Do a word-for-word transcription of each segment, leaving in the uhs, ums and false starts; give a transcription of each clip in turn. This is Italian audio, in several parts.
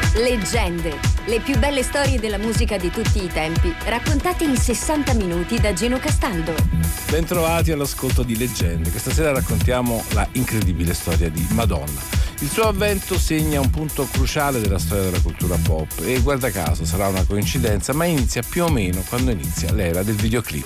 Leggende, le più belle storie della musica di tutti i tempi, raccontate in sessanta minuti da Gino Castaldo. Bentrovati all'ascolto di Leggende. Questa sera raccontiamo la incredibile storia di Madonna. Il suo avvento segna un punto cruciale della storia della cultura pop e guarda caso sarà una coincidenza, ma inizia più o meno quando inizia l'era del videoclip.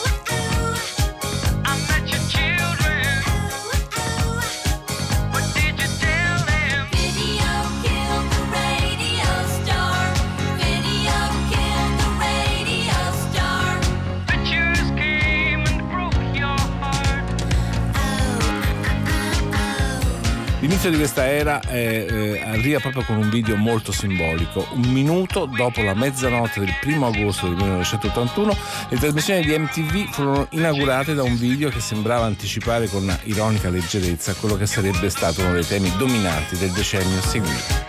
L'inizio di questa era eh, eh, arriva proprio con un video molto simbolico. Un minuto dopo la mezzanotte del primo agosto del millenovecentottantuno, le trasmissioni di M T V furono inaugurate da un video che sembrava anticipare con ironica leggerezza quello che sarebbe stato uno dei temi dominanti del decennio seguente.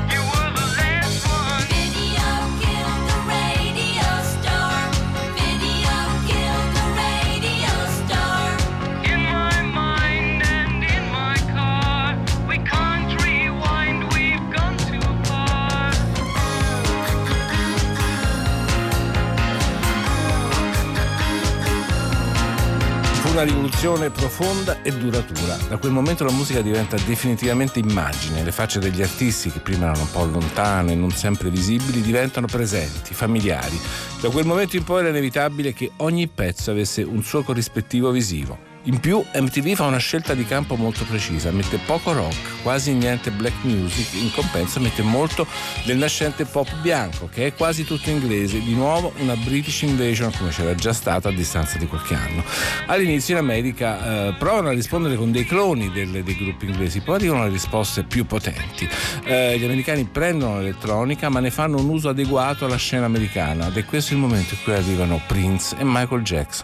Una rivoluzione profonda e duratura. Da quel momento la musica diventa definitivamente immagine. Le facce degli artisti, che prima erano un po' lontane e non sempre visibili, diventano presenti, familiari. Da quel momento in poi era inevitabile che ogni pezzo avesse un suo corrispettivo visivo. In più M T V fa una scelta di campo molto precisa, mette poco rock, quasi niente black music, in compenso mette molto del nascente pop bianco, che è quasi tutto inglese, di nuovo una British invasion come c'era già stata a distanza di qualche anno. All'inizio in America eh, provano a rispondere con dei cloni delle, dei gruppi inglesi, poi arrivano le risposte più potenti. Eh, gli americani prendono l'elettronica ma ne fanno un uso adeguato alla scena americana ed è questo il momento in cui arrivano Prince e Michael Jackson.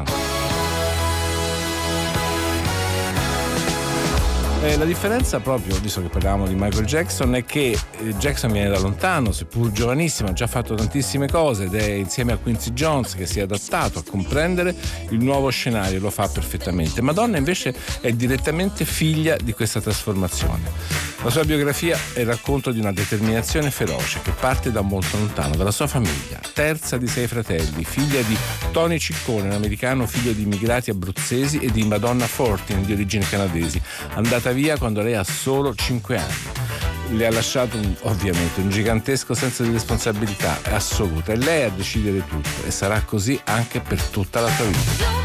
Eh, la differenza proprio, visto che parlavamo di Michael Jackson, è che eh, Jackson viene da lontano, seppur giovanissimo, ha già fatto tantissime cose ed è insieme a Quincy Jones che si è adattato a comprendere il nuovo scenario e lo fa perfettamente. Madonna invece è direttamente figlia di questa trasformazione. La sua biografia è il racconto di una determinazione feroce che parte da molto lontano, dalla sua famiglia, terza di sei fratelli, figlia di Tony Ciccone, un americano figlio di immigrati abruzzesi, e di Madonna Fortin, di origini canadesi, andata via quando lei ha solo cinque anni. Le ha lasciato un, ovviamente un gigantesco senso di responsabilità assoluta, e lei a decidere tutto, e sarà così anche per tutta la sua vita.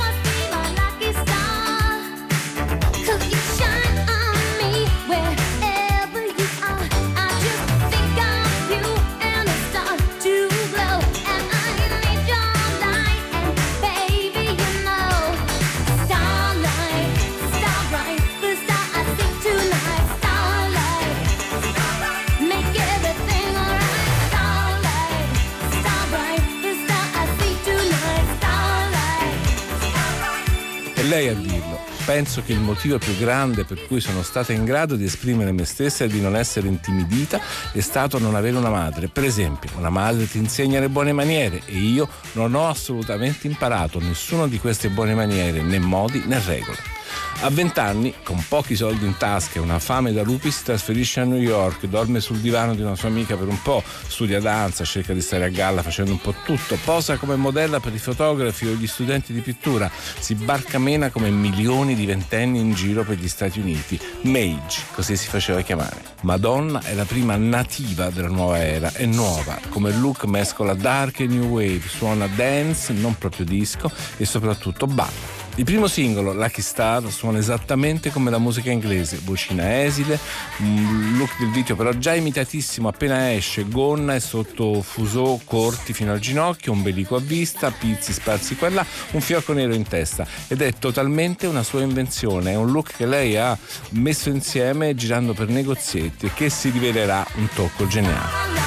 Lei a dirlo. Penso che il motivo più grande per cui sono stata in grado di esprimere me stessa e di non essere intimidita è stato non avere una madre. Per esempio, una madre ti insegna le buone maniere e io non ho assolutamente imparato nessuna di queste buone maniere, né modi né regole. A vent'anni, con pochi soldi in tasca e una fame da lupi, si trasferisce a New York, dorme sul divano di una sua amica per un po', studia danza, cerca di stare a galla facendo un po' tutto, posa come modella per i fotografi o gli studenti di pittura, si barcamena come milioni di ventenni in giro per gli Stati Uniti. Mage, così si faceva chiamare. Madonna è la prima nativa della nuova era, è nuova, come look mescola dark e new wave, suona dance, non proprio disco, e soprattutto balla. Il primo singolo, Lucky Star, suona esattamente come la musica inglese, vocina esile, un look del video però già imitatissimo appena esce, gonna e sotto fuseau corti fino al ginocchio, ombelico a vista, pizzi sparsi qua e là, un fiocco nero in testa, ed è totalmente una sua invenzione, è un look che lei ha messo insieme girando per negozietti e che si rivelerà un tocco geniale.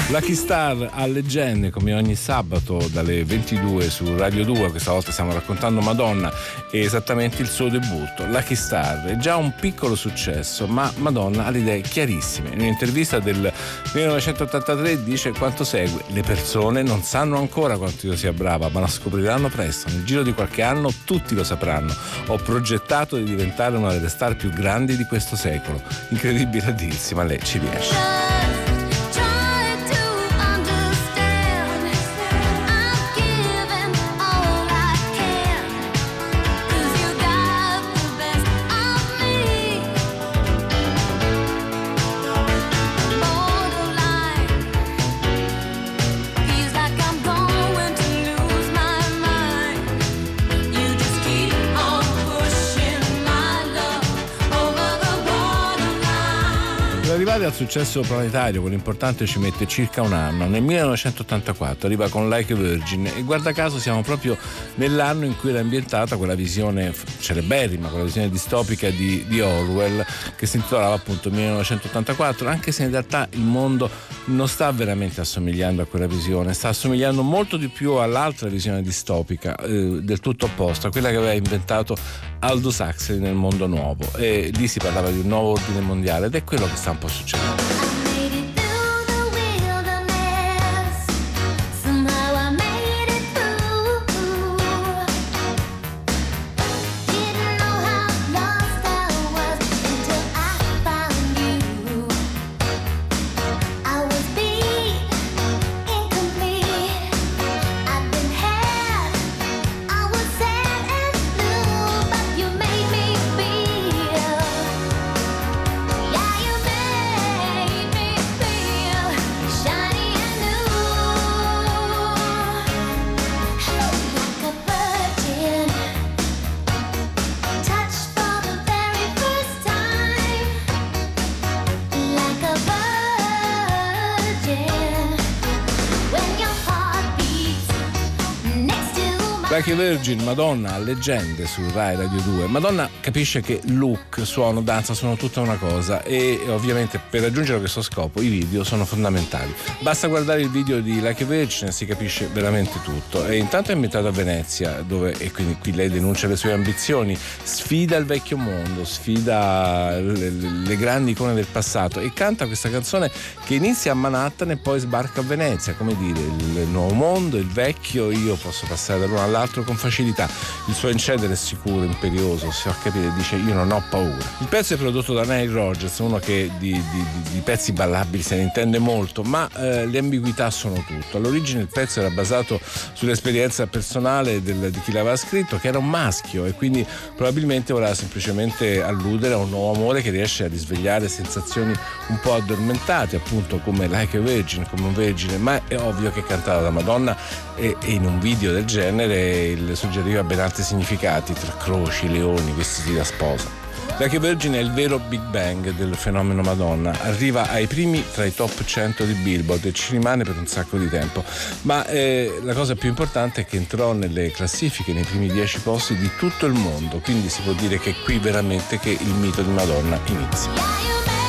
Lucky Star a leggende come ogni sabato dalle ventidue su Radio due. Questa volta stiamo raccontando Madonna e esattamente il suo debutto. Lucky Star è già un piccolo successo, ma Madonna ha le idee chiarissime. In un'intervista del millenovecentottantatré dice quanto segue: le persone non sanno ancora quanto io sia brava, ma lo scopriranno presto. Nel giro di qualche anno tutti lo sapranno. Ho progettato di diventare una delle star più grandi di questo secolo. Incredibile a dirsi, ma lei ci riesce. Arrivare al successo planetario, quello importante, ci mette circa un anno. Nel millenovecentottantaquattro arriva con Like a Virgin e guarda caso siamo proprio nell'anno in cui era ambientata quella visione celeberrima, quella visione distopica di, di Orwell, che si intitolava appunto millenovecentottantaquattro, anche se in realtà il mondo non sta veramente assomigliando a quella visione, sta assomigliando molto di più all'altra visione distopica, eh, del tutto opposta, quella che aveva inventato Aldous Huxley nel Mondo Nuovo, e lì si parlava di un nuovo ordine mondiale ed è quello che sta un po' succedendo. Like a Virgin, Madonna a leggende su Rai Radio due. Madonna capisce che look, suono, danza sono tutta una cosa e ovviamente per raggiungere questo scopo i video sono fondamentali. Basta guardare il video di Like a Virgin e si capisce veramente tutto. E intanto è ambientato a Venezia, dove, e quindi qui lei denuncia le sue ambizioni, sfida il vecchio mondo, sfida le, le grandi icone del passato e canta questa canzone che inizia a Manhattan e poi sbarca a Venezia, come dire, il nuovo mondo, il vecchio, io posso passare dall'uno all'altro con facilità. Il suo incedere è sicuro, imperioso, si fa capire, dice io non ho paura. Il pezzo è prodotto da Nile Rodgers, uno che di, di, di pezzi ballabili se ne intende molto, ma eh, le ambiguità sono tutto. All'origine il pezzo era basato sull'esperienza personale del, di chi l'aveva scritto, che era un maschio e quindi probabilmente voleva semplicemente alludere a un nuovo amore che riesce a risvegliare sensazioni un po' addormentate, appunto come Like a Virgin, come un vergine, ma è ovvio che cantata da Madonna e, e in un video del genere il suggeriva ben altri significati, tra croci, leoni, vestiti da sposa. Like a Virgin è il vero Big Bang del fenomeno Madonna, arriva ai primi tra i top cento di Billboard e ci rimane per un sacco di tempo, ma eh, la cosa più importante è che entrò nelle classifiche, nei primi dieci posti di tutto il mondo, quindi si può dire che è qui veramente che il mito di Madonna inizia.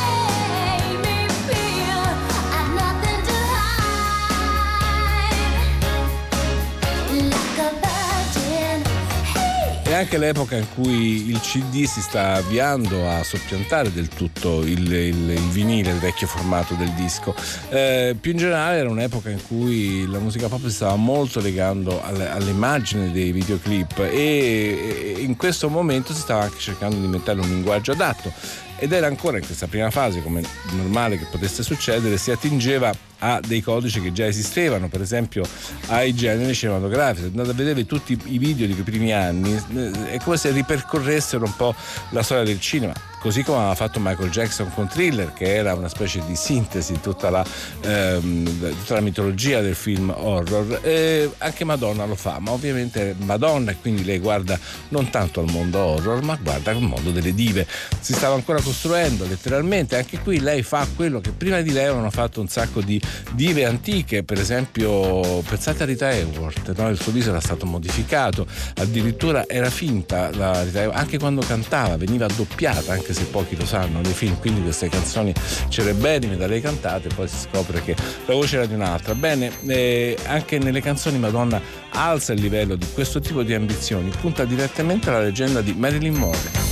È anche l'epoca in cui il C D si sta avviando a soppiantare del tutto il, il, il vinile, il vecchio formato del disco. Eh, più in generale era un'epoca in cui la musica pop si stava molto legando alle, all'immagine dei videoclip e, e in questo momento si stava anche cercando di inventare un linguaggio adatto. Ed era ancora in questa prima fase, come normale che potesse succedere, si attingeva a dei codici che già esistevano, per esempio ai generi cinematografici. Andate a vedere tutti i video di quei primi anni, è come se ripercorressero un po' la storia del cinema, così come aveva fatto Michael Jackson con Thriller, che era una specie di sintesi di tutta la, ehm, tutta la mitologia del film horror. E anche Madonna lo fa, ma ovviamente Madonna, e quindi lei guarda non tanto al mondo horror, ma guarda al mondo delle dive. Si stava ancora costruendo letteralmente, anche qui lei fa quello che prima di lei avevano fatto un sacco di dive antiche, per esempio pensate a Rita Hayworth, no? Il suo viso era stato modificato, addirittura era finta la Rita Hayworth, anche quando cantava veniva doppiata, anche anche se pochi lo sanno, nei film, quindi queste canzoni cereberrime da lei cantate, poi si scopre che la voce era di un'altra. Bene, eh, anche nelle canzoni Madonna alza il livello di questo tipo di ambizioni, punta direttamente alla leggenda di Marilyn Monroe.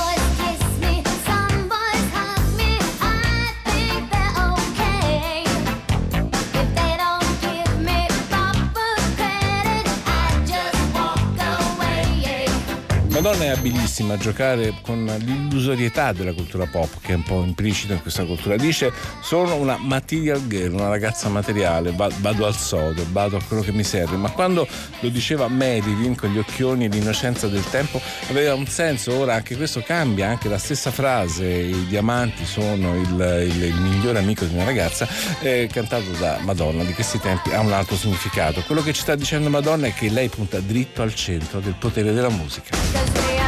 Madonna è abilissima a giocare con l'illusorietà della cultura pop, che è un po' implicita in questa cultura. Dice: sono una material girl, una ragazza materiale, vado al sodo, vado a quello che mi serve. Ma quando lo diceva Marilyn con gli occhioni e l'innocenza del tempo aveva un senso. Ora anche questo cambia, anche la stessa frase, i diamanti sono il, il, il migliore amico di una ragazza, eh, cantato da Madonna di questi tempi, ha un altro significato. Quello che ci sta dicendo Madonna è che lei punta dritto al centro del potere della musica.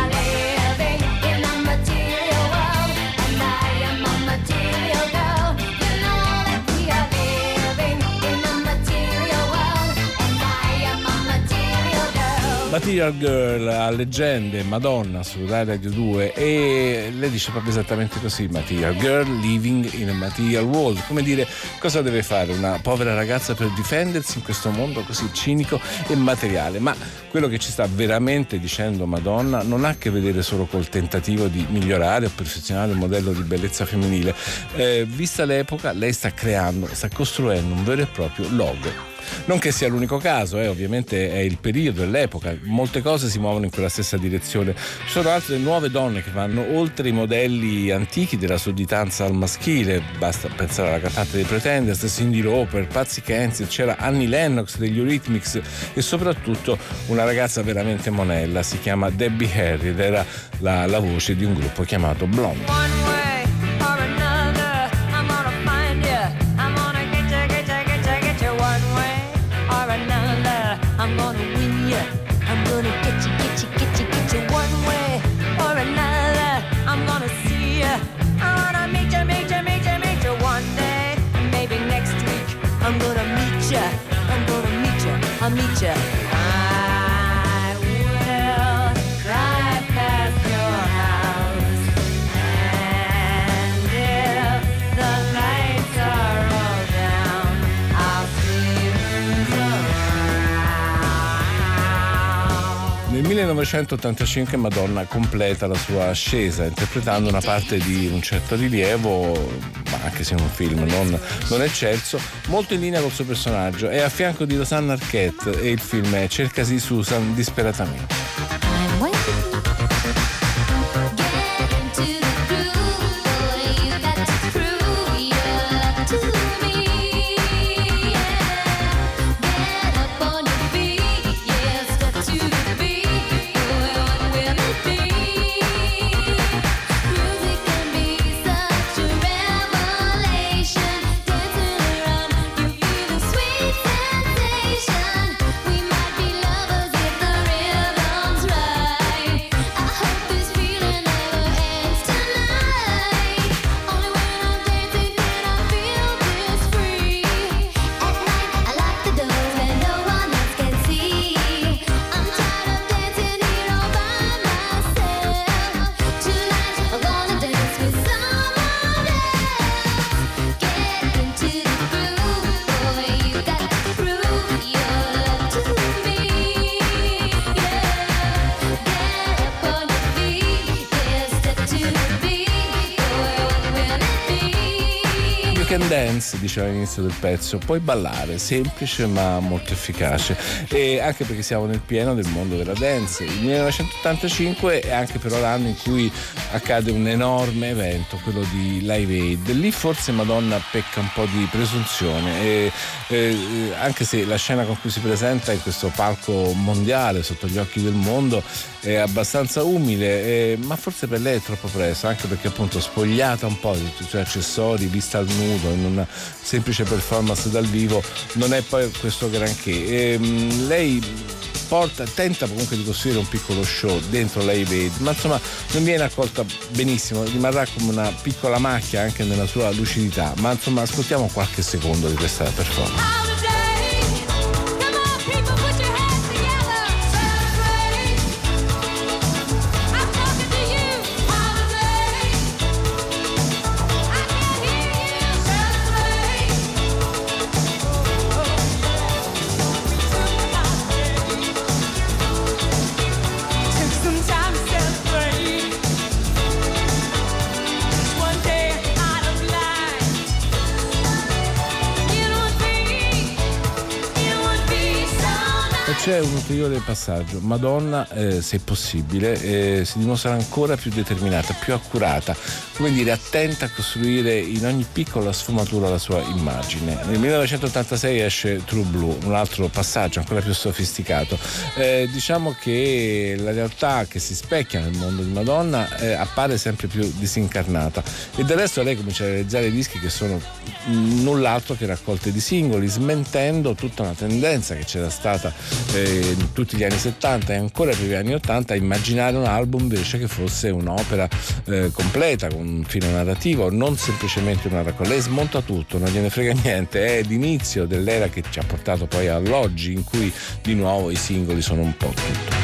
Material Girl a leggende Madonna su Rai Radio due, e lei dice proprio esattamente così: Material Girl living in a material world. Come dire, cosa deve fare una povera ragazza per difendersi in questo mondo così cinico e materiale? Ma quello che ci sta veramente dicendo Madonna non ha a che vedere solo col tentativo di migliorare o perfezionare il modello di bellezza femminile. Eh, vista l'epoca, lei sta creando, sta costruendo un vero e proprio logo. Non che sia l'unico caso, eh, ovviamente è il periodo, è l'epoca, molte cose si muovono in quella stessa direzione. Ci sono altre nuove donne che vanno oltre i modelli antichi della sudditanza al maschile, basta pensare alla cantante dei Pretenders, Cyndi Lauper, Patsy Kensit, c'era Annie Lennox degli Eurythmics e soprattutto una ragazza veramente monella, si chiama Debbie Harry ed era la, la voce di un gruppo chiamato Blonde. I'm gonna win ya, I'm gonna get you, get you, get you, get you one way or another. I'm gonna see ya, I wanna meet ya, meet ya, meet ya, meet ya one day. Maybe next week I'm gonna meet ya, I'm gonna meet ya, I'll meet ya. I will drive past your house, and if the lights are all down, I'll see who's around. Nel millenovecentottantacinque Madonna completa la sua ascesa interpretando una parte di un certo rilievo, ma anche se in un film non, non eccelso, molto in linea col suo personaggio. È a fianco di Rosanna Arquette e il film è Cercasi Susan disperatamente. Dance, diceva all'inizio del pezzo, puoi ballare, semplice ma molto efficace, e anche perché siamo nel pieno del mondo della dance. Il millenovecentottantacinque è anche però l'anno in cui accade un enorme evento, quello di Live Aid. Lì forse Madonna pecca un po' di presunzione, e, eh, anche se la scena con cui si presenta in questo palco mondiale sotto gli occhi del mondo è abbastanza umile, eh, ma forse per lei è troppo presto, anche perché appunto spogliata un po' di tutti i suoi accessori, vista al nudo in una semplice performance dal vivo, non è poi questo granché. E, mh, lei porta, tenta comunque di costruire un piccolo show dentro Live Aid, ma insomma non viene accolta benissimo, rimarrà come una piccola macchia anche nella sua lucidità, ma insomma ascoltiamo qualche secondo di questa performance. E c'è un ulteriore passaggio: Madonna, eh, se possibile, eh, si dimostra ancora più determinata, più accurata, come dire, attenta a costruire in ogni piccola sfumatura la sua immagine. Nel millenovecentottantasei esce True Blue, un altro passaggio ancora più sofisticato. Eh, diciamo che la realtà che si specchia nel mondo di Madonna eh, appare sempre più disincarnata, e del resto lei comincia a realizzare dischi che sono null'altro che raccolte di singoli, smentendo tutta una tendenza che c'era stata eh, in tutti gli anni settanta e ancora più gli anni ottanta a immaginare un album invece che fosse un'opera eh, completa con un filo narrativo, non semplicemente una raccolta. Lei smonta tutto, non gliene frega niente, è l'inizio dell'era che ci ha portato poi all'oggi, in cui di nuovo i singoli sono un po' tutto.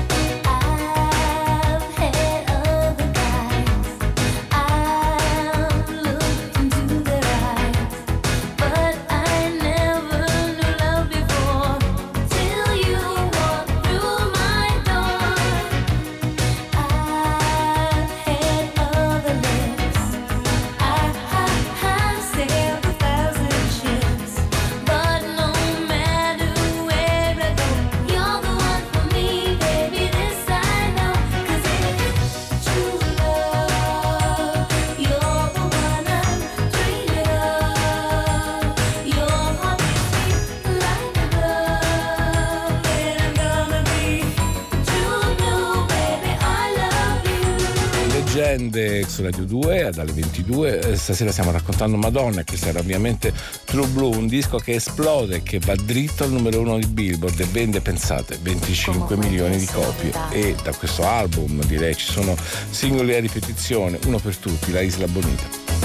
Su Radio due dalle ventidue. Stasera stiamo raccontando Madonna. Questo era ovviamente True Blue, un disco che esplode, che va dritto al numero uno di Billboard e vende, pensate, venticinque milioni di copie. E da questo album direi ci sono singoli a ripetizione, uno per tutti, La Isla Bonita.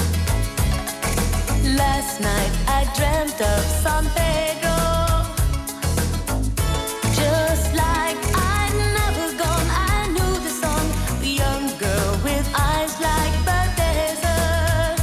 Last night I dreamt of San Pedro, just like I'd never gone. I knew the song, the young girl with eyes like the desert.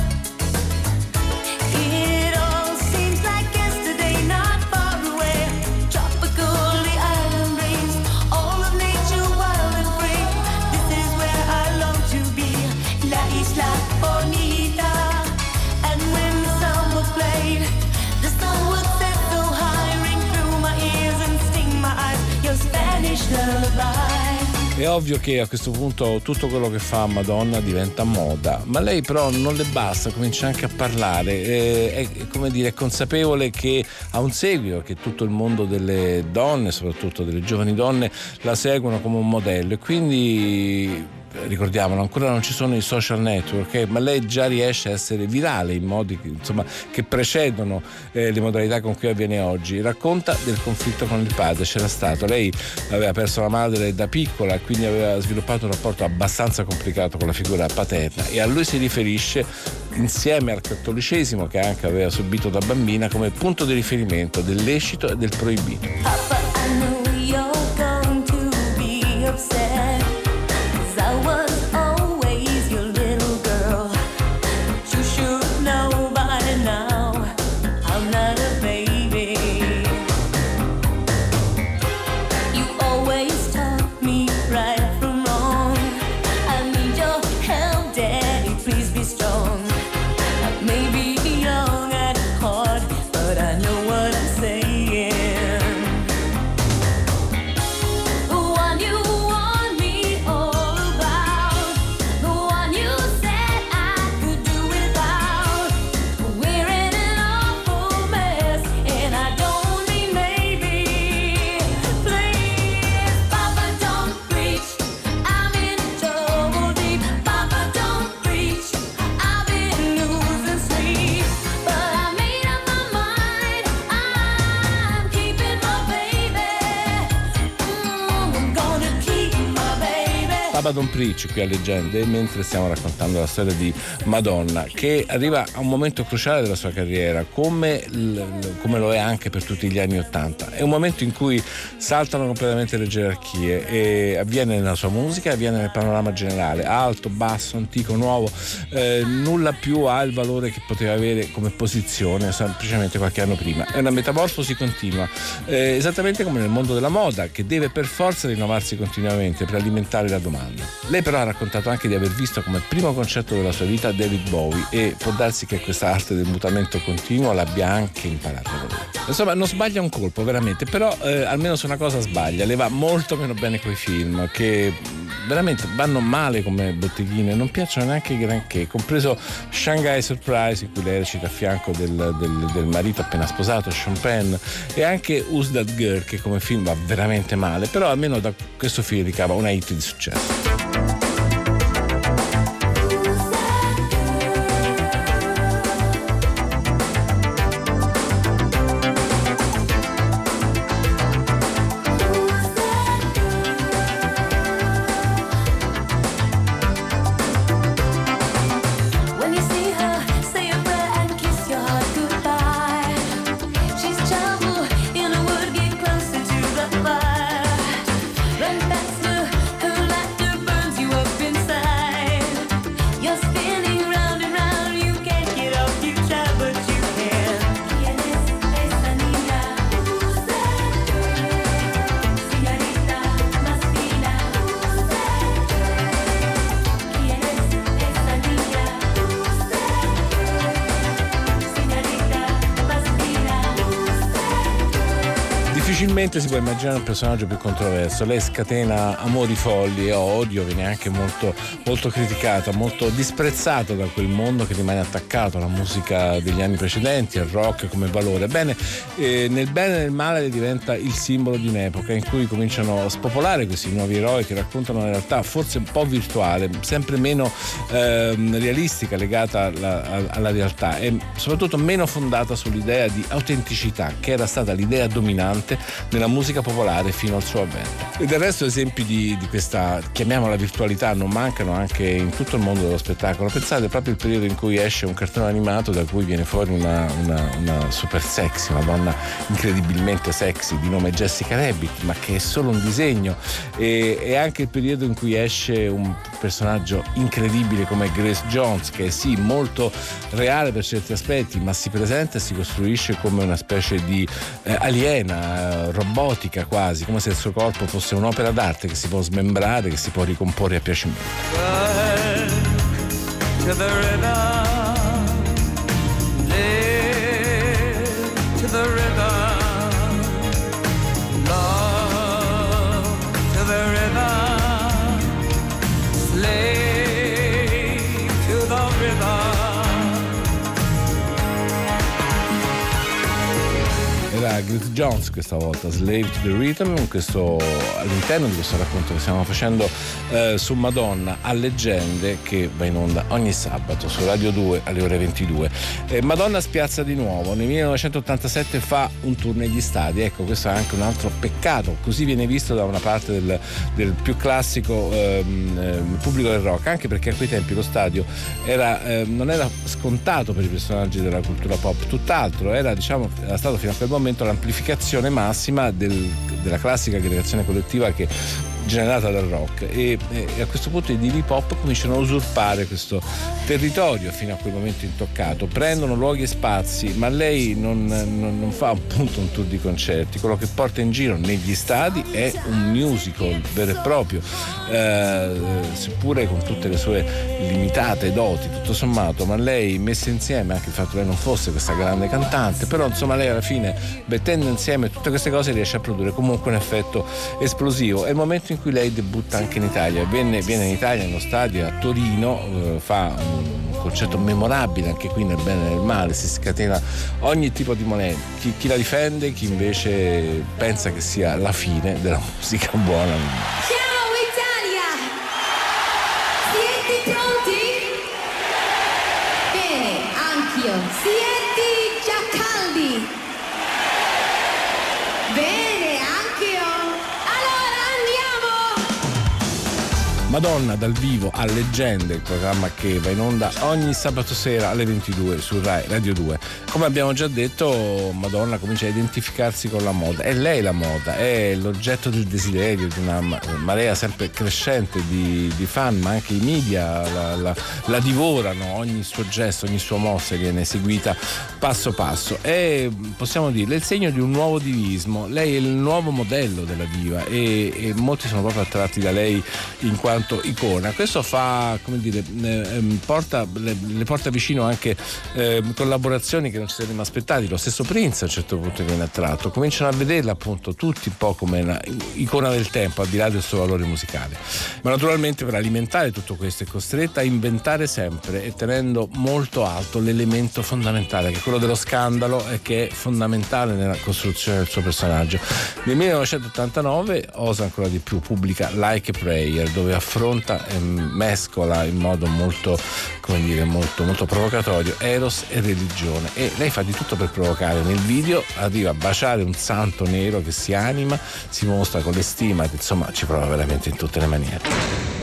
It all seems like yesterday, not far away. Tropical, the island breeze, all of nature wild and free. This is where I long to be, La Isla Bonita. And when the song was played, the sun would set so high, ring through my ears and sting my eyes, your Spanish lullaby. È ovvio che a questo punto tutto quello che fa Madonna diventa moda, ma lei però non le basta, comincia anche a parlare, eh, è come dire, è consapevole che ha un seguito, che tutto il mondo delle donne, soprattutto delle giovani donne, la seguono come un modello, e quindi ricordiamolo, ancora non ci sono i social network, eh, ma lei già riesce a essere virale in modi che, insomma, che precedono eh, le modalità con cui avviene oggi. Racconta del conflitto con il padre, c'era stato, lei aveva perso la madre da piccola, quindi aveva sviluppato un rapporto abbastanza complicato con la figura paterna, e a lui si riferisce insieme al cattolicesimo che anche aveva subito da bambina come punto di riferimento del lecito e del proibito. Papa, I know you're going to be upset. I was always your little girl, but you should know by now I'm not a baby. You always taught me right from wrong. I need your help, Daddy, please be strong. I may be young at heart, but I know what I'm saying. Papa Don't Preach qui a Leggende, mentre stiamo raccontando la storia di Madonna, che arriva a un momento cruciale della sua carriera, come, come lo è anche per tutti gli anni Ottanta. È un momento in cui saltano completamente le gerarchie, e avviene nella sua musica, avviene nel panorama generale, alto, basso, antico, nuovo, eh, nulla più ha il valore che poteva avere come posizione semplicemente qualche anno prima. È una metamorfosi continua, eh, esattamente come nel mondo della moda, che deve per forza rinnovarsi continuamente per alimentare la domanda. Madonna. Lei però ha raccontato anche di aver visto come primo concerto della sua vita David Bowie, e può darsi che questa arte del mutamento continuo l'abbia anche imparata con lui. Insomma, non sbaglia un colpo veramente, però eh, almeno su una cosa sbaglia: le va molto meno bene coi film, che veramente vanno male come botteghine, non piacciono neanche granché, compreso Shanghai Surprise, in cui lei recita a fianco del, del, del marito appena sposato, Sean Penn, e anche Who's That Girl, che come film va veramente male, però almeno da questo film ricava una hit di successo. Difficilmente si può immaginare un personaggio più controverso. Lei scatena amori folli e odio, viene anche molto, molto criticata, molto disprezzata da quel mondo che rimane attaccato alla musica degli anni precedenti, al rock come valore. Bene, eh, nel bene e nel male diventa il simbolo di un'epoca in cui cominciano a spopolare questi nuovi eroi che raccontano una realtà forse un po' virtuale, sempre meno eh, realistica, legata alla, alla realtà, e soprattutto meno fondata sull'idea di autenticità, che era stata l'idea dominante nella musica popolare fino al suo avvento. E del resto esempi di, di questa, chiamiamola virtualità, non mancano anche in tutto il mondo dello spettacolo. Pensate proprio al periodo in cui esce un cartone animato da cui viene fuori una, una, una super sexy, una donna incredibilmente sexy di nome Jessica Rabbit, ma che è solo un disegno, e, e anche il periodo in cui esce un personaggio incredibile come Grace Jones, che è sì molto reale per certi aspetti, ma si presenta e si costruisce come una specie di eh, aliena, robotica quasi, come se il suo corpo fosse un'opera d'arte che si può smembrare, che si può ricomporre a piacimento. To the river, live to the river, love to the river, slave to the river. Era Grace Jones questa volta, Slave to the Rhythm, in questo, all'interno di questo racconto che stiamo facendo eh, su Madonna a leggende, che va in onda ogni sabato su Radio due alle ore ventidue. Eh, Madonna spiazza di nuovo, nel millenovecentottantasette fa un tour negli stadi. Ecco, questo è anche un altro peccato, così viene visto da una parte del, del più classico ehm, pubblico del rock, anche perché a quei tempi lo stadio era, eh, non era scontato per i personaggi della cultura pop, tutt'altro, era, diciamo, era stato fino a quel momento l'amplificazione massima del, della classica aggregazione collettiva che generata dal rock, e, e a questo punto i divi pop cominciano a usurpare questo territorio fino a quel momento intoccato, prendono luoghi e spazi, ma lei non, non, non fa appunto un tour di concerti. Quello che porta in giro negli stadi è un musical vero e proprio, eh, seppure con tutte le sue limitate doti tutto sommato, ma lei messa insieme, anche il fatto che lei non fosse questa grande cantante, però insomma lei alla fine, mettendo insieme tutte queste cose, riesce a produrre comunque un effetto esplosivo. È il momento in cui lei debutta anche in Italia, viene, viene in Italia nello stadio a Torino, eh, fa un concerto memorabile anche qui nel bene e nel male, si scatena ogni tipo di moneta, chi, chi la difende, chi invece pensa che sia la fine della musica buona. Ciao Italia! Siete pronti? Bene, anch'io. Siete già caldi? Bene, anch'io. Allora andiamo! Madonna dal vivo a Leggende, il programma che va in onda ogni sabato sera alle ventidue su Rai Radio due. Come abbiamo già detto, Madonna comincia a identificarsi con la moda. È lei la moda, è l'oggetto del desiderio di una marea sempre crescente di, di fan, ma anche i media la, la, la divorano, ogni suo gesto, ogni sua mossa viene eseguita passo passo. È, possiamo dirle, il segno di un nuovo divismo. Lei è il nuovo modello della diva, e, e molti sono proprio attratti da lei in quanto quanto icona. Questo fa, come dire, eh, porta, le, le porta vicino anche eh, collaborazioni che non ci saremmo aspettati. Lo stesso Prince a un certo punto viene attratto, cominciano a vederla appunto tutti un po' come una icona del tempo, al di là del suo valore musicale. Ma naturalmente per alimentare tutto questo è costretta a inventare sempre e tenendo molto alto l'elemento fondamentale, che è quello dello scandalo, e che è fondamentale nella costruzione del suo personaggio. Nel millenovecentottantanove osa ancora di più, pubblica Like a Prayer, dove affronta e mescola in modo molto, come dire, molto, molto provocatorio eros e religione, e lei fa di tutto per provocare. Nel video arriva a baciare un santo nero che si anima, si mostra con le stimate, insomma ci prova veramente in tutte le maniere.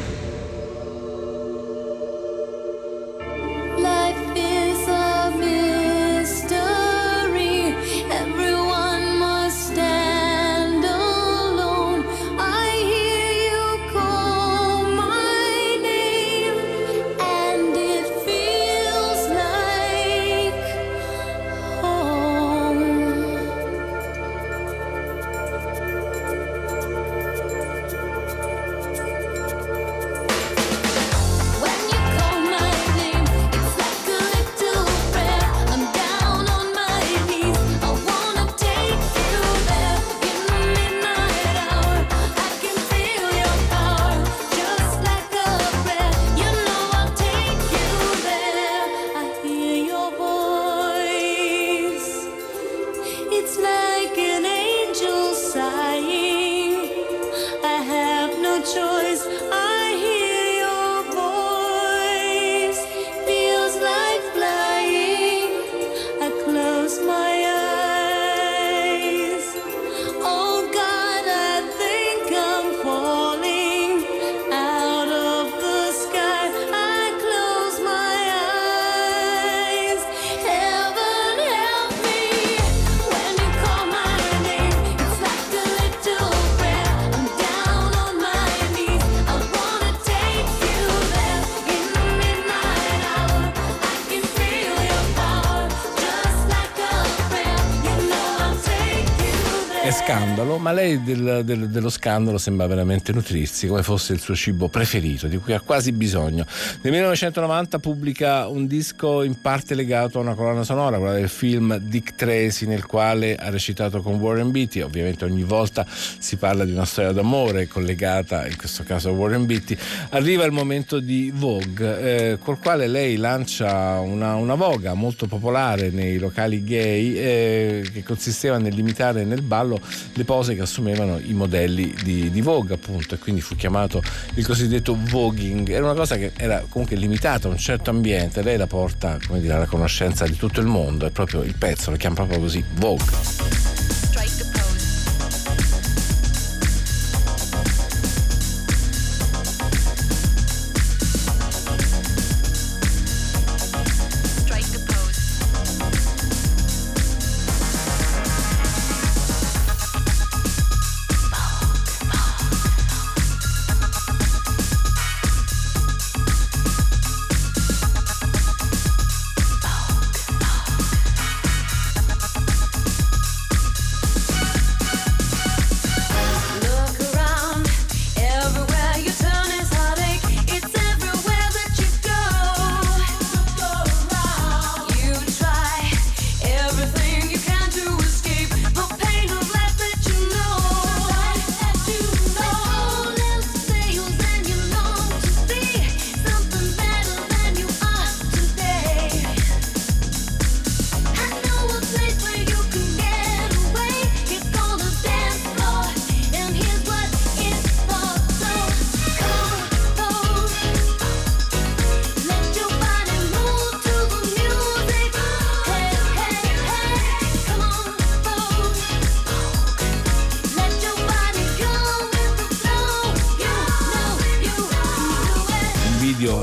Scandalo, ma lei del, del, dello scandalo sembra veramente nutrirsi come fosse il suo cibo preferito, di cui ha quasi bisogno. Nel millenovecentonovanta pubblica un disco in parte legato a una colonna sonora, quella del film Dick Tracy, nel quale ha recitato con Warren Beatty. Ovviamente ogni volta si parla di una storia d'amore collegata in questo caso a Warren Beatty. Arriva il momento di Vogue, eh, col quale lei lancia una, una voga molto popolare nei locali gay, eh, che consisteva nell'imitare nel ballo le pose che assumevano i modelli di, di Vogue, appunto, e quindi fu chiamato il cosiddetto voguing. Era una cosa che era comunque limitata a un certo ambiente, lei la porta, come dire, alla conoscenza di tutto il mondo, è proprio il pezzo, lo chiama proprio così, Vogue.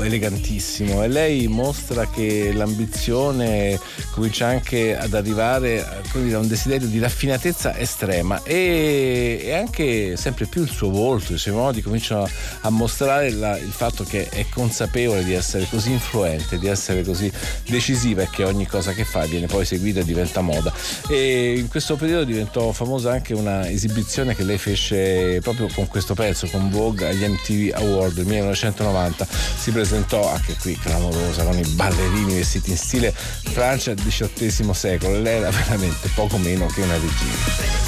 elegantissimo, e lei mostra che l'ambizione comincia anche ad arrivare a un desiderio di raffinatezza estrema, e, e anche sempre più il suo volto, i suoi modi cominciano a mostrare la, il fatto che è consapevole di essere così influente, di essere così decisiva, e che ogni cosa che fa viene poi seguita e diventa moda. E in questo periodo diventò famosa anche una esibizione che lei fece proprio con questo pezzo, con Vogue, agli M T V Award del millenovecentonovanta. Si presentò anche qui clamorosa, con i ballerini vestiti in stile Francia del diciottesimo secolo, e lei era veramente poco meno che una regina.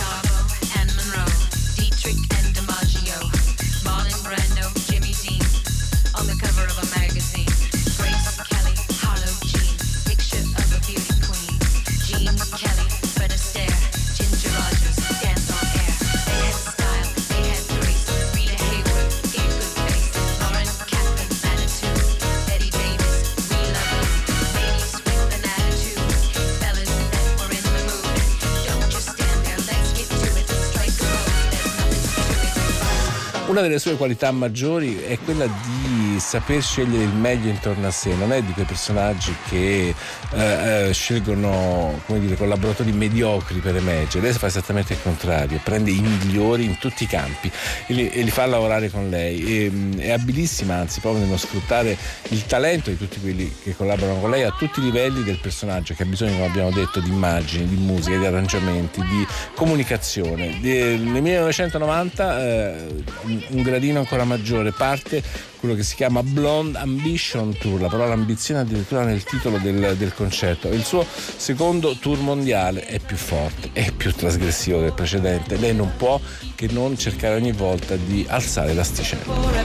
Una delle sue qualità maggiori è quella di saper scegliere il meglio intorno a sé, non è di quei personaggi che eh, eh, scelgono, come dire, collaboratori mediocri per emergere. Lei fa esattamente il contrario, prende i migliori in tutti i campi e li, e li fa lavorare con lei, e, è abilissima, anzi, proprio nello sfruttare il talento di tutti quelli che collaborano con lei a tutti i livelli del personaggio, che ha bisogno, come abbiamo detto, di immagini, di musica, di arrangiamenti, di comunicazione. Nel millenovecentonovanta eh, un gradino ancora maggiore, parte quello che si chiama Blonde Ambition Tour, la parola ambizione addirittura nel titolo del, del concerto. Il suo secondo tour mondiale è più forte, è più trasgressivo del precedente. Lei non può che non cercare ogni volta di alzare l'asticella.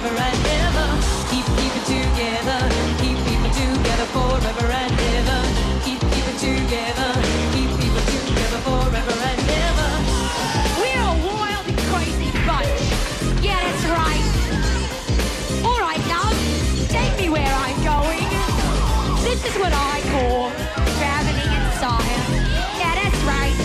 This is what I call traveling in style. Yeah, that's right.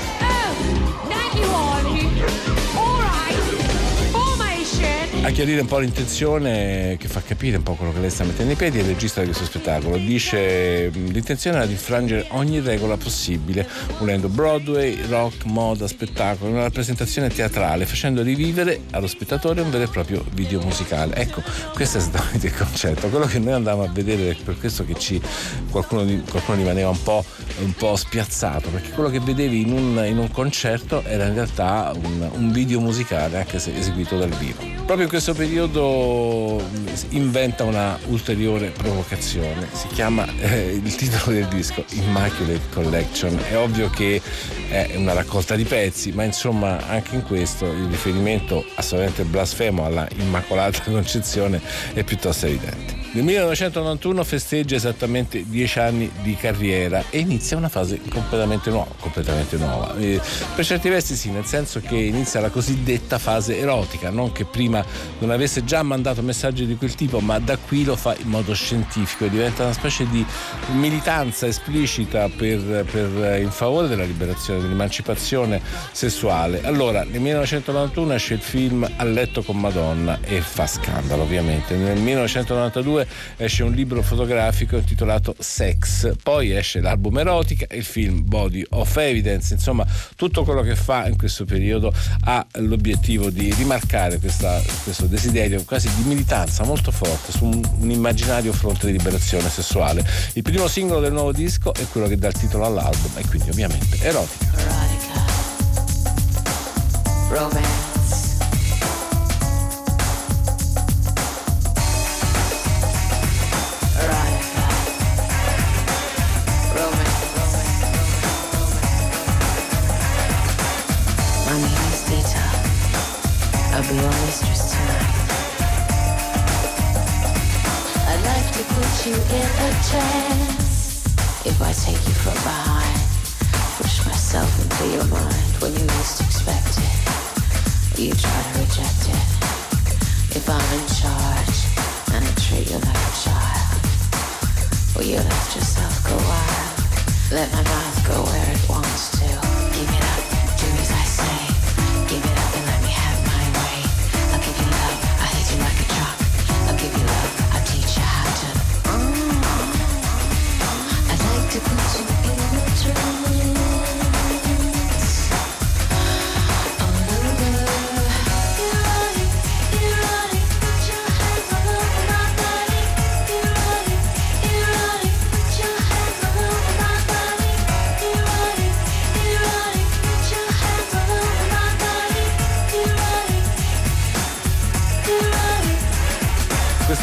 Oh, thank you, Arlie. All right. Formation. A chiarire un po' l'intenzione, che fa capire un po' quello che lei sta mettendo in piedi, è il regista di questo spettacolo. Dice: l'intenzione era di infrangere ogni regola possibile, unendo Broadway, rock, moda, spettacolo, una rappresentazione teatrale, facendo rivivere allo spettatore un vero e proprio video musicale. Ecco, questo è esattamente il concetto, quello che noi andavamo a vedere, è per questo che ci qualcuno, qualcuno rimaneva un po', un po' spiazzato, perché quello che vedevi in un, in un concerto era in realtà un, un video musicale, anche se eseguito dal vivo. Proprio in questo periodo inventa una ulteriore provocazione, si chiama eh, il titolo del disco Immaculate Collection. È ovvio che è una raccolta di pezzi, ma insomma anche in questo il riferimento assolutamente blasfemo alla Immacolata Concezione è piuttosto evidente. Nel millenovecentonovantuno festeggia esattamente dieci anni di carriera e inizia una fase completamente nuova, completamente nuova. Eh, per certi versi sì, nel senso che inizia la cosiddetta fase erotica, non che prima non avesse già mandato messaggi di quel tipo, ma da qui lo fa in modo scientifico e diventa una specie di militanza esplicita per, per, in favore della liberazione, dell'emancipazione sessuale. Allora, nel millenovecentonovantuno esce il film A letto con Madonna e fa scandalo, ovviamente. Nel millenovecentonovantadue esce un libro fotografico intitolato Sex, poi esce l'album Erotica e il film Body of Evidence. Insomma, tutto quello che fa in questo periodo ha l'obiettivo di rimarcare questa, questo desiderio quasi di militanza molto forte su un, un immaginario fronte di liberazione sessuale. Il primo singolo del nuovo disco è quello che dà il titolo all'album e quindi ovviamente Erotica. Erotica. Romance. I'll be your mistress tonight. I'd like to put you in a trance. If I take you from behind, push myself into your mind when you least expect it. You try to reject it. If I'm in charge and I treat you like a child, will you let yourself go wild? Let my mouth go where it wants to. Give it up, do as I say. Give it up and let me have my way. I'll give you love, I'll hit you like a truck. I'll give you love, I'll teach you how to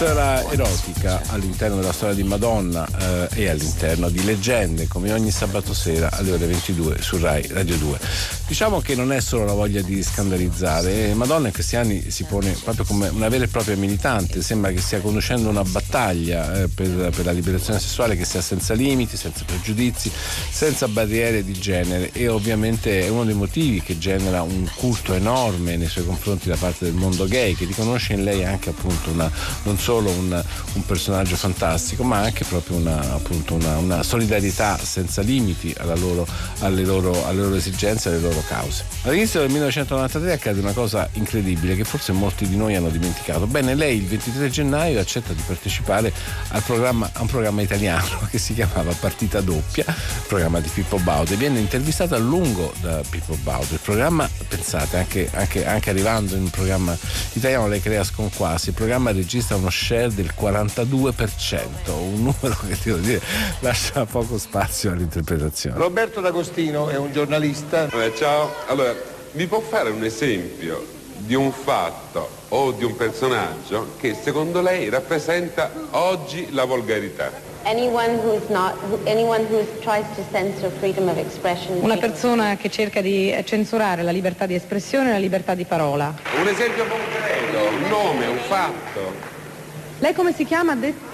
Storia erotica all'interno della storia di Madonna eh, e all'interno di Leggende, come ogni sabato sera alle ore ventidue su Rai Radio due. Diciamo che non è solo la voglia di scandalizzare, Madonna in questi anni si pone proprio come una vera e propria militante, sembra che stia conducendo una battaglia eh, per, per la liberazione sessuale che sia senza limiti, senza pregiudizi, senza barriere di genere, e ovviamente è uno dei motivi che genera un culto enorme nei suoi confronti da parte del mondo gay, che riconosce in lei anche appunto una, non solo un, un personaggio fantastico, ma anche proprio una, appunto una, una solidarietà senza limiti alla loro, alle, loro, alle loro esigenze e alle loro cause. All'inizio del millenovecentonovantatré accade una cosa incredibile che forse molti di noi hanno dimenticato. Bene, lei il ventitré gennaio accetta di partecipare al programma, a un programma italiano che si chiamava Partita Doppia, programma di Pippo Baudo, e viene intervistata a lungo da Pippo Baudo. Il programma, pensate, anche, anche, anche arrivando in un programma italiano lei crea sconquassi, il programma registra uno share del quarantadue per cento, un numero che devo dire lascia poco spazio all'interpretazione. Roberto D'Agostino è un giornalista. Eh, ciao, allora, mi può fare un esempio di un fatto o di un personaggio che secondo lei rappresenta oggi la volgarità? Anyone who's not, who, anyone who tries to censor freedom of expression. Una persona che cerca di censurare la libertà di espressione e la libertà di parola. Un esempio concreto, un nome, un fatto. Lei come si chiama? De-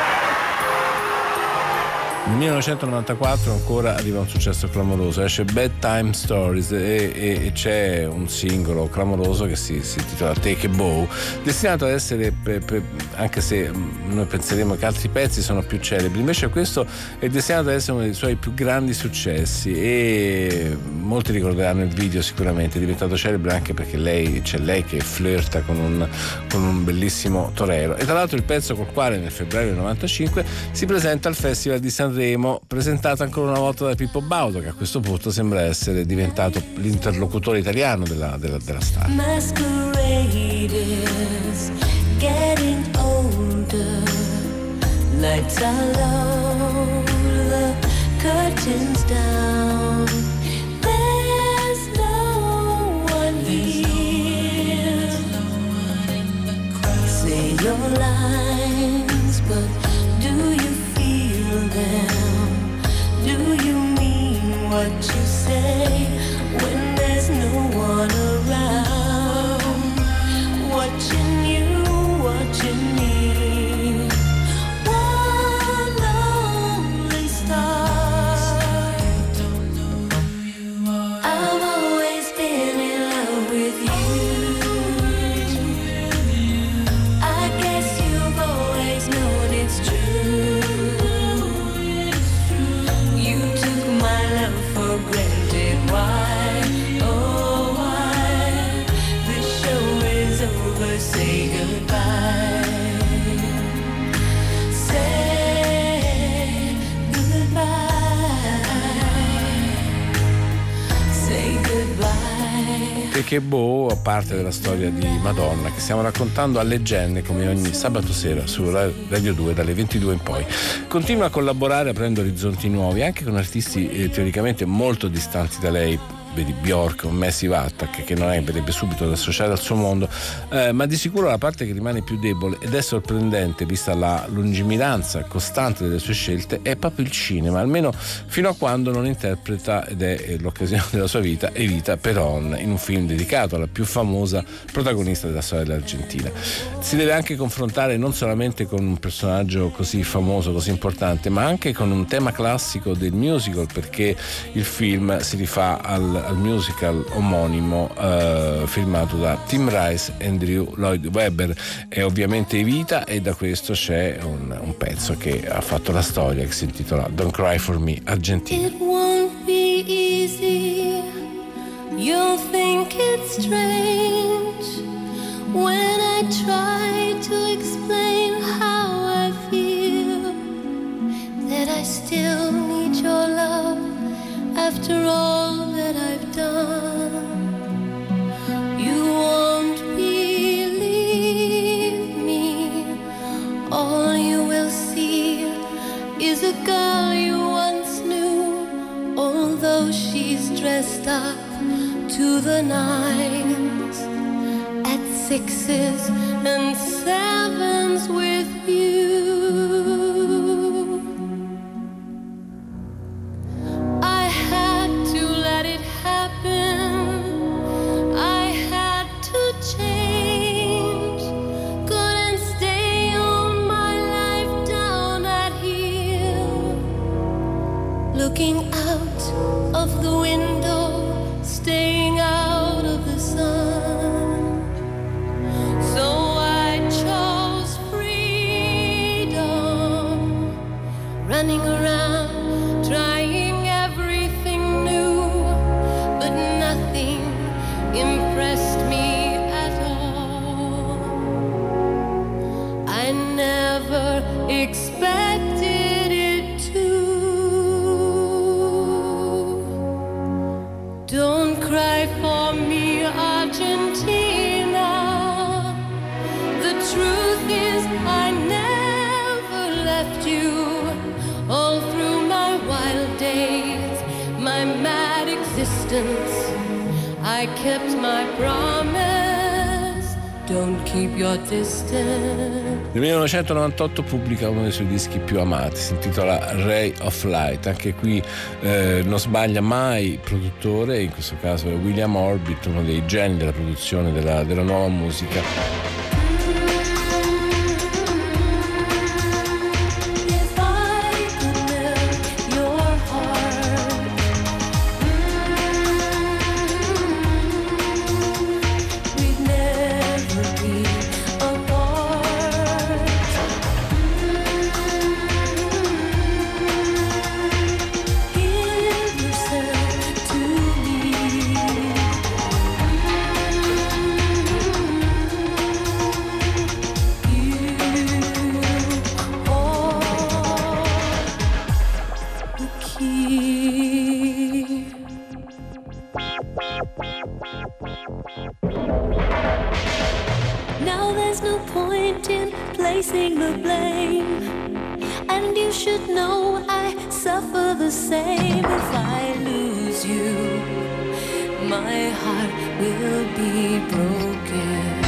Nel millenovecentonovantaquattro ancora arriva un successo clamoroso, esce Bedtime Stories e, e, e c'è un singolo clamoroso che si, si intitola Take a Bow, destinato ad essere, pe, pe, anche se noi penseremo che altri pezzi sono più celebri, invece questo è destinato ad essere uno dei suoi più grandi successi, e molti ricorderanno il video, sicuramente è diventato celebre anche perché lei, c'è lei che flirta con un, con un bellissimo torero, e tra l'altro il pezzo col quale nel febbraio del novantacinque si presenta al Festival di Sanremo, presentata ancora una volta da Pippo Baudo, che a questo punto sembra essere diventato l'interlocutore italiano della, della, della star. Masquerade is getting older. Lights are low, the curtains down. There's no one here. Say your lines, but do you feel them? Do you mean what you say when there's no one around? Watching you, watching me. One lonely star. I've always been in love with you. I guess you've always known it's true. You took my love for granted. Why, oh why? The show is over, say goodbye. Say goodbye. Say goodbye. E che boh, a parte della storia di Madonna che stiamo raccontando a Leggende, come ogni sabato sera su Radio due dalle ventidue in poi. Continua a collaborare aprendo orizzonti nuovi anche con artisti eh, teoricamente molto distanti da lei, vedi Bjork o Massive Attack, che non è verrebbe subito da associare al suo mondo, eh, ma di sicuro la parte che rimane più debole, ed è sorprendente vista la lungimiranza costante delle sue scelte, è proprio il cinema, almeno fino a quando non interpreta, ed è l'occasione della sua vita, Evita Peron in un film dedicato alla più famosa protagonista della storia dell'Argentina. Si deve anche confrontare non solamente con un personaggio così famoso, così importante, ma anche con un tema classico del musical, perché il film si rifà al al musical omonimo eh, filmato da Tim Rice e Andrew Lloyd Webber, e ovviamente Evita, e da questo c'è un, un pezzo che ha fatto la storia che si intitola Don't Cry For Me Argentina. It won't be easy. You'll think it's strange when I try to explain how I feel, that I still need your love after all that I've done. You won't believe me. All you will see is a girl you once knew, although she's dressed up to the nines. At sixes and sevens with you. I had to let it happen. I had to change. Couldn't stay on my life down at here. Looking out of the window, staying out of the sun. So I chose freedom, running around, trying everything new, but nothing impressed me at all. I never expected it to. Don't cry for me, Argentina. The truth is I never left you. All through my wild days, my mad existence, I kept my promise. Don't keep your distance. Nel millenovecentonovantotto pubblica uno dei suoi dischi più amati, si intitola Ray of Light. Anche qui eh, non sbaglia mai il produttore, in questo caso è William Orbit, uno dei geni della produzione della, della nuova musica. If I could melt your heart, we'd never be apart. Give yourself to me. Now there's no point in placing the blame, and you should know I suffer the same. If I lose you, my heart will be broken.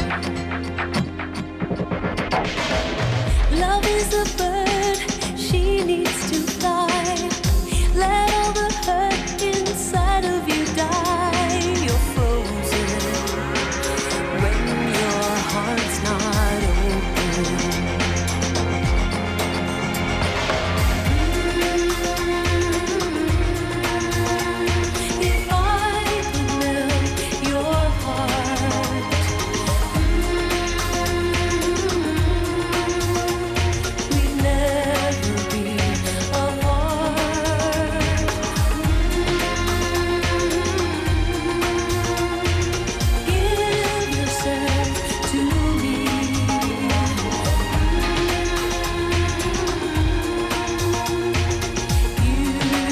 Love is a bird, she needs to fly. Let all the hurt inside of you die. You're frozen when your heart's not open. If I could melt your heart, we'd never be apart. Give yourself to me. You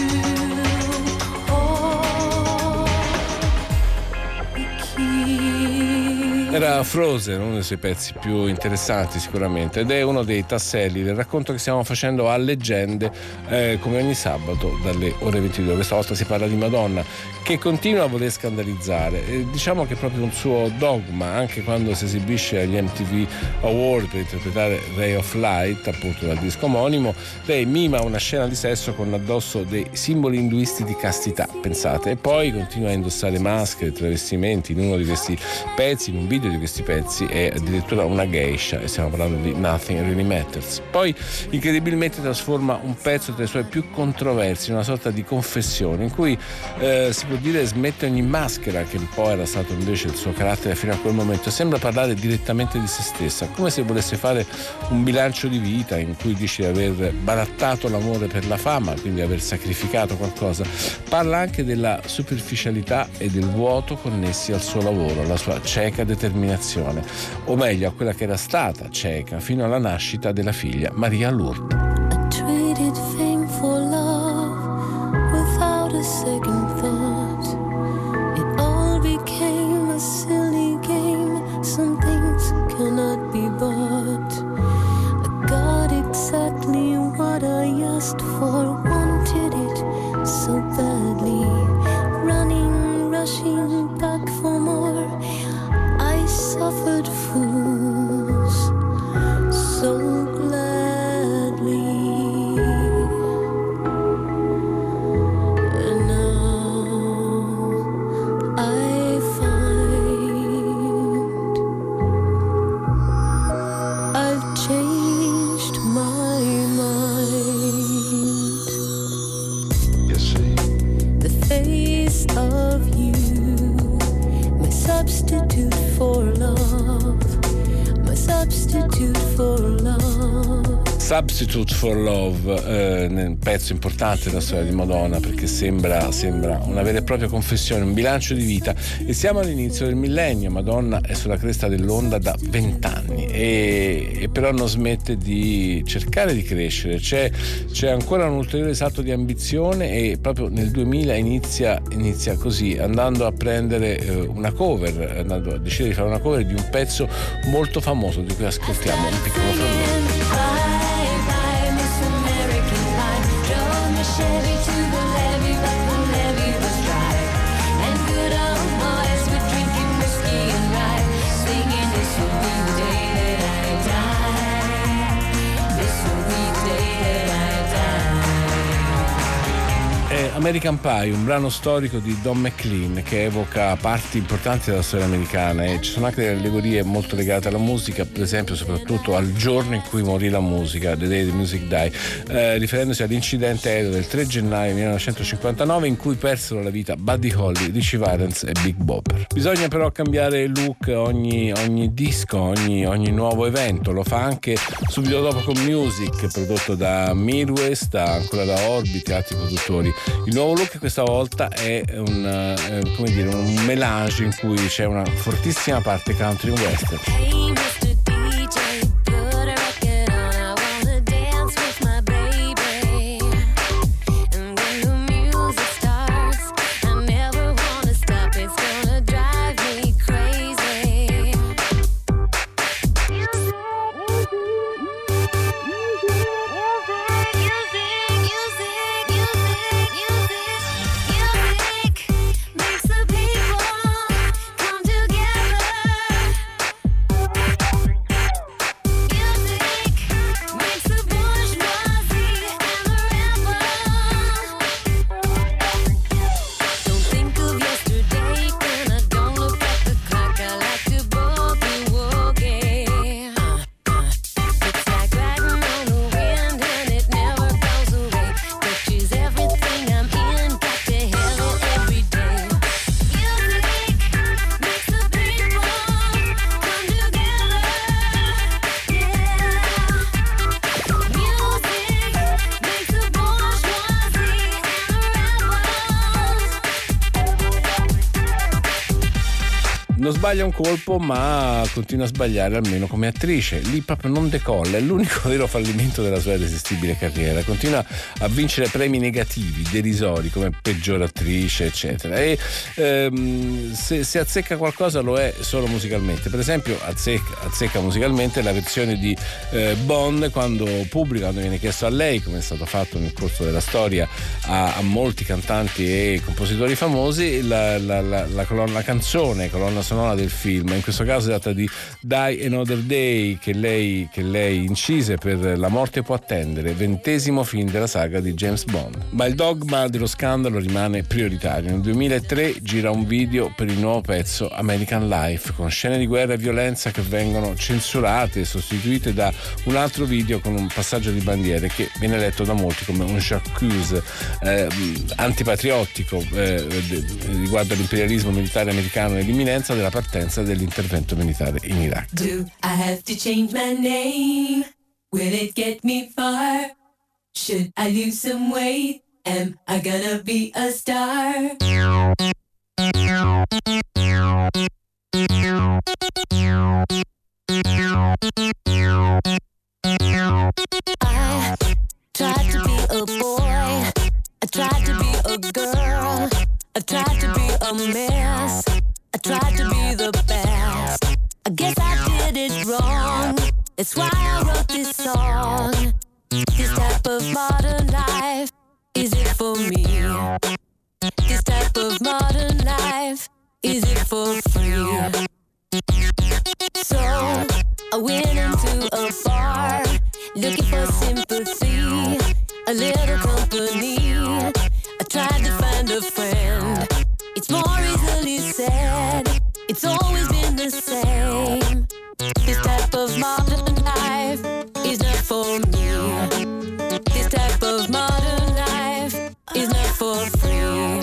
hold the key. Era Frozen, uno dei suoi pezzi più interessanti sicuramente, ed è uno dei tasselli del racconto che stiamo facendo a Leggende, eh, come ogni sabato dalle ore ventidue. Questa volta si parla di Madonna, che continua a voler scandalizzare, e diciamo che è proprio un suo dogma. Anche quando si esibisce agli M T V Award per interpretare Ray of Light, appunto dal disco omonimo, lei mima una scena di sesso con addosso dei simboli induisti di castità, pensate, e poi continua a indossare maschere, travestimenti. In uno di questi pezzi, in un video di questi pezzi, è addirittura una geisha, e stiamo parlando di Nothing Really Matters. Poi incredibilmente trasforma un pezzo tra i suoi più controversi in una sorta di confessione, in cui eh, si può dire smette ogni maschera, che un po' era stato invece il suo carattere fino a quel momento, e sembra parlare direttamente di se stessa, come se volesse fare un bilancio di vita in cui dice di aver barattato l'amore per la fama, quindi aver sacrificato qualcosa. Parla anche della superficialità e del vuoto connessi al suo lavoro, alla sua cieca determinazione, o meglio a quella che era stata cieca fino alla nascita della figlia Maria Lourdes. I traded fame for love without a second thought. It all became a silly game. Some things cannot be bought. I got exactly what I asked for, wanted it so badly. Running, rushing back for more. I suffered comfort fools so gladly. And now I find I've changed my mind. You see, The face of you, my substitute for love, my substitute for love. Substitute for Love, eh, un pezzo importante della storia di Madonna, perché sembra, sembra una vera e propria confessione, un bilancio di vita. E siamo all'inizio del millennio. Madonna è sulla cresta dell'onda da vent'anni e, e però non smette di cercare di crescere. C'è, c'è ancora un ulteriore salto di ambizione e proprio nel duemila inizia, inizia così, andando a prendere eh, una cover, andando a decidere di fare una cover di un pezzo molto famoso di cui ascoltiamo un piccolo frammento. Chevy to the levee, but the levee was dry. And good old boys were drinking whiskey and rye, singing this will be the day that I die. This will be the day that I die. È American Pie, un brano storico di Don McLean che evoca parti importanti della storia americana, e ci sono anche delle allegorie molto legate alla musica, per esempio soprattutto al giorno in cui morì la musica, The Day the Music Died, eh, riferendosi all'incidente aereo del tre gennaio millenovecentocinquantanove in cui persero la vita Buddy Holly, Richie Valens e Big Bopper. Bisogna però cambiare look ogni, ogni disco, ogni, ogni nuovo evento. Lo fa anche subito dopo con Music, prodotto da Midwest, ancora da Orbit e altri produttori. Il nuovo look questa volta è un, eh, come dire, un melange in cui c'è una fortissima parte country western. Hey, mister D J, put a record on. I wanna dance with my baby. And when the music starts, I never wanna stop. It's gonna drive me crazy. Music, music, music, music makes the people come together. non sbaglia un colpo, ma continua a sbagliare almeno come attrice. Lì proprio non decolla, è l'unico vero fallimento della sua irresistibile carriera. Continua a vincere premi negativi, derisori, come peggior attrice, eccetera. E ehm, se, se azzecca qualcosa lo è solo musicalmente. Per esempio azzecca, azzecca musicalmente la versione di eh, Bond quando pubblica, quando viene chiesto a lei, come è stato fatto nel corso della storia a, a molti cantanti e compositori famosi, la, la, la, la, colonna, la canzone, colonna sonora del film. In questo caso si tratta di Die Another Day, che lei, che lei incise per La morte può attendere, ventesimo film della saga di James Bond. Ma il dogma dello scandalo rimane prioritario. Nel duemilatré gira un video per il nuovo pezzo American Life, con scene di guerra e violenza che vengono censurate e sostituite da un altro video con un passaggio di bandiere che viene letto da molti come un j'accuse eh, antipatriottico eh, riguardo all'imperialismo militare americano e l'imminenza della partenza dell'intervento militare in Iraq. Do I have to change my name? Will it get me far? Should I lose some weight? Am I gonna be a star? I tried to be a boy, I tried to be a girl, I tried to be a mess, I tried to be the best. I guess I did it wrong, that's why I wrote this song. This type of modern life, is it for me? This type of modern life, is it for free? looking for sympathy, a little company. I tried to find a friend. It's more easily said. It's always been the same. This type of modern life is not for me. This type of modern life is not for free.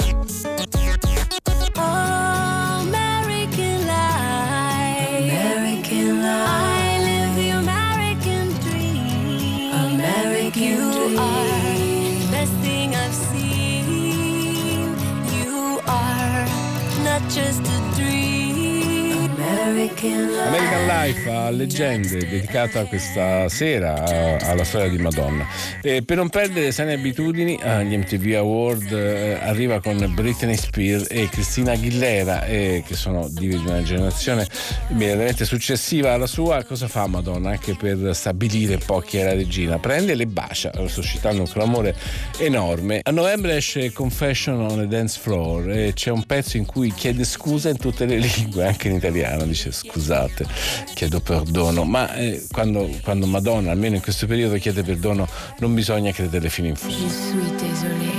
Oh, American life, American life. I live the American dream. American you dream. Are the best thing I've seen. You are not just a dream. American Life. American Life a leggende, dedicata questa sera a, alla storia di Madonna. E per non perdere sane abitudini, agli M T V Award eh, arriva con Britney Spears e Christina Aguilera, eh, che sono dive di una generazione immediatamente successiva alla sua. Cosa fa Madonna anche per stabilire un po' chi è la regina? Prende e le bacia, suscitando un clamore enorme. A novembre esce Confession on a Dance Floor e c'è un pezzo in cui chiede scusa in tutte le lingue, anche in italiano, dice scusate, chiedo perdono, ma eh, quando, quando Madonna, almeno in questo periodo, chiede perdono, non bisogna credere fino in fondo. Je suis désolé.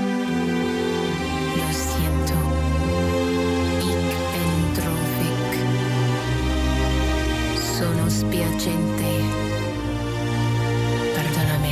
Lo siento. Ich bin traurig. Sono spiacente. Perdonami.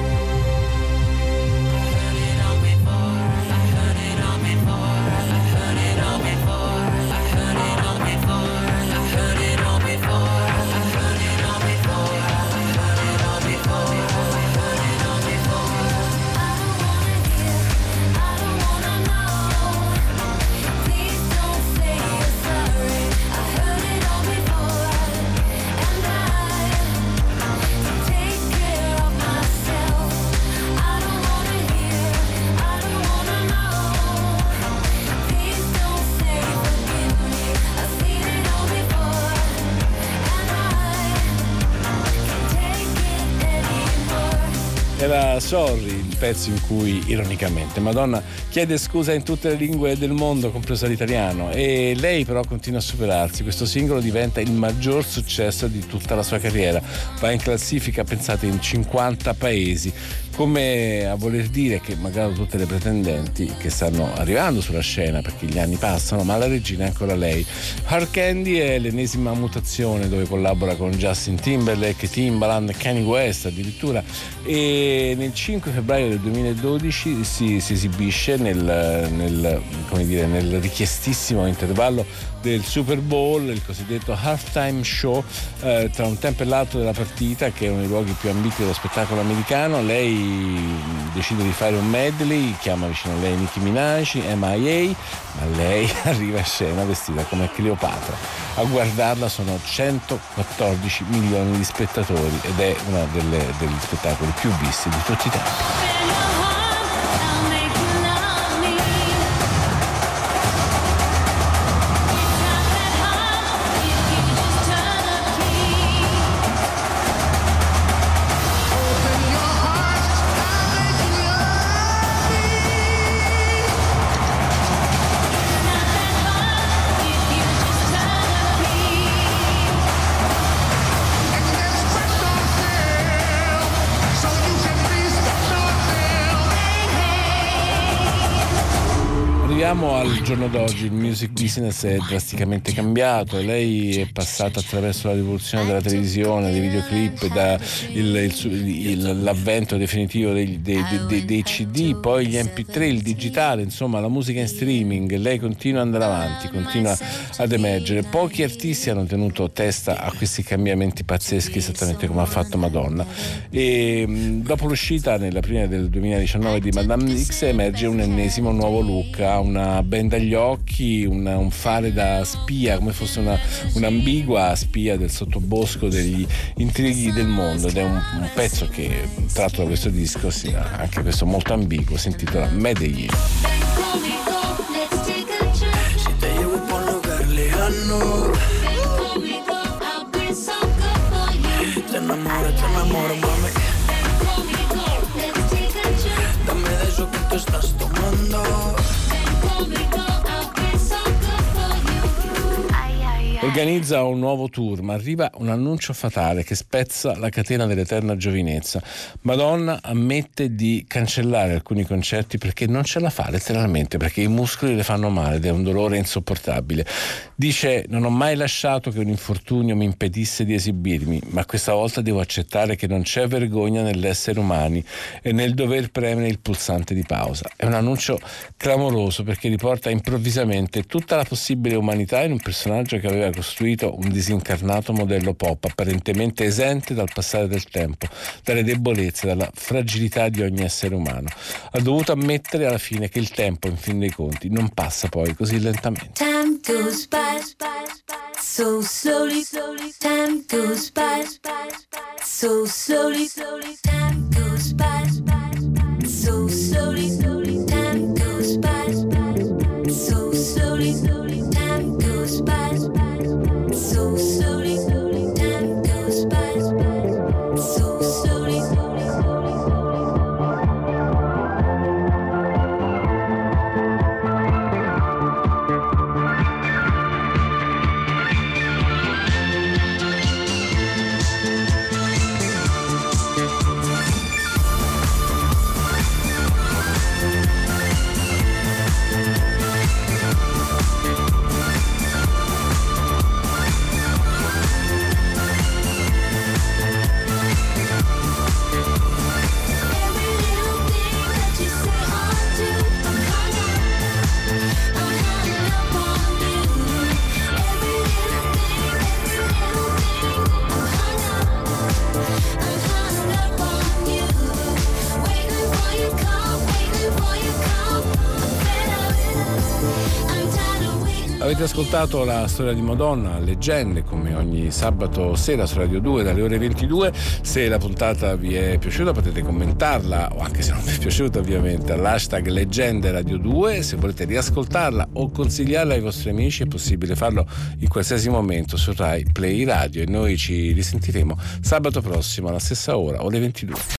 Era Sorry, il pezzo in cui ironicamente Madonna chiede scusa in tutte le lingue del mondo, compreso l'italiano, e lei però continua a superarsi. Questo singolo diventa il maggior successo di tutta la sua carriera, va in classifica, pensate, in cinquanta paesi, come a voler dire che magari tutte le pretendenti che stanno arrivando sulla scena, perché gli anni passano, ma la regina è ancora lei. Hard Candy è l'ennesima mutazione, dove collabora con Justin Timberlake, Timbaland, Kanye West addirittura, e nel cinque febbraio del duemiladodici si, si esibisce nel, nel, come dire, nel richiestissimo intervallo del Super Bowl, il cosiddetto halftime show, eh, tra un tempo e l'altro della partita, che è uno dei luoghi più ambiti dello spettacolo americano. Lei decide di fare un medley, chiama vicino a lei Nicki Minaj, M I A, ma lei arriva a scena vestita come Cleopatra. A guardarla sono centoquattordici milioni di spettatori ed è uno delle, degli spettacoli più visti di tutti i tempi. Arriviamo al giorno d'oggi, il music business è drasticamente cambiato, lei è passata attraverso la rivoluzione della televisione, dei videoclip, da il, il, il, l'avvento definitivo dei, dei, dei, dei C D, poi gli M P tre, il digitale, insomma la musica in streaming. Lei continua ad andare avanti, continua ad emergere. Pochi artisti hanno tenuto testa a questi cambiamenti pazzeschi, esattamente come ha fatto Madonna, e dopo l'uscita nell'aprile del duemiladiciannove di Madame X emerge un ennesimo nuovo look, ha una benda agli occhi, una, un fare da spia, come fosse una, un'ambigua spia del sottobosco degli intrighi del mondo, ed è un, un pezzo che, tratto da questo disco, sì, anche questo molto ambiguo, si intitola Medellin. Si te llevo por lugar lejano, te enamoro, te enamoro, mami. Dame de eso que tú estás tomando. Ay, ay, organizza un nuovo tour, ma arriva un annuncio fatale che spezza la catena dell'eterna giovinezza. Madonna ammette di cancellare alcuni concerti perché non ce la fa, letteralmente, perché i muscoli le fanno male ed è un dolore insopportabile. Dice: non ho mai lasciato che un infortunio mi impedisse di esibirmi, ma questa volta devo accettare che non c'è vergogna nell'essere umani e nel dover premere il pulsante di pausa. È un annuncio clamoroso perché riporta improvvisamente tutta la possibile umanità in un personaggio che aveva costruito un disincarnato modello pop apparentemente esente dal passare del tempo, dalle debolezze, dalla fragilità di ogni essere umano. Ha dovuto ammettere alla fine che il tempo, in fin dei conti, non passa poi così lentamente. Time goes by so slowly, time goes by so slowly, time goes by so slowly, time goes by so slowly, time goes by so slowly, time goes by so slowly. Avete ascoltato la storia di Madonna, Leggende, come ogni sabato sera su Radio due dalle ore ventidue. Se la puntata vi è piaciuta potete commentarla, o anche se non vi è piaciuta ovviamente, all'hashtag Leggende Radio due. Se volete riascoltarla o consigliarla ai vostri amici è possibile farlo in qualsiasi momento su Rai Play Radio, e noi ci risentiremo sabato prossimo alla stessa ora, ore ventidue.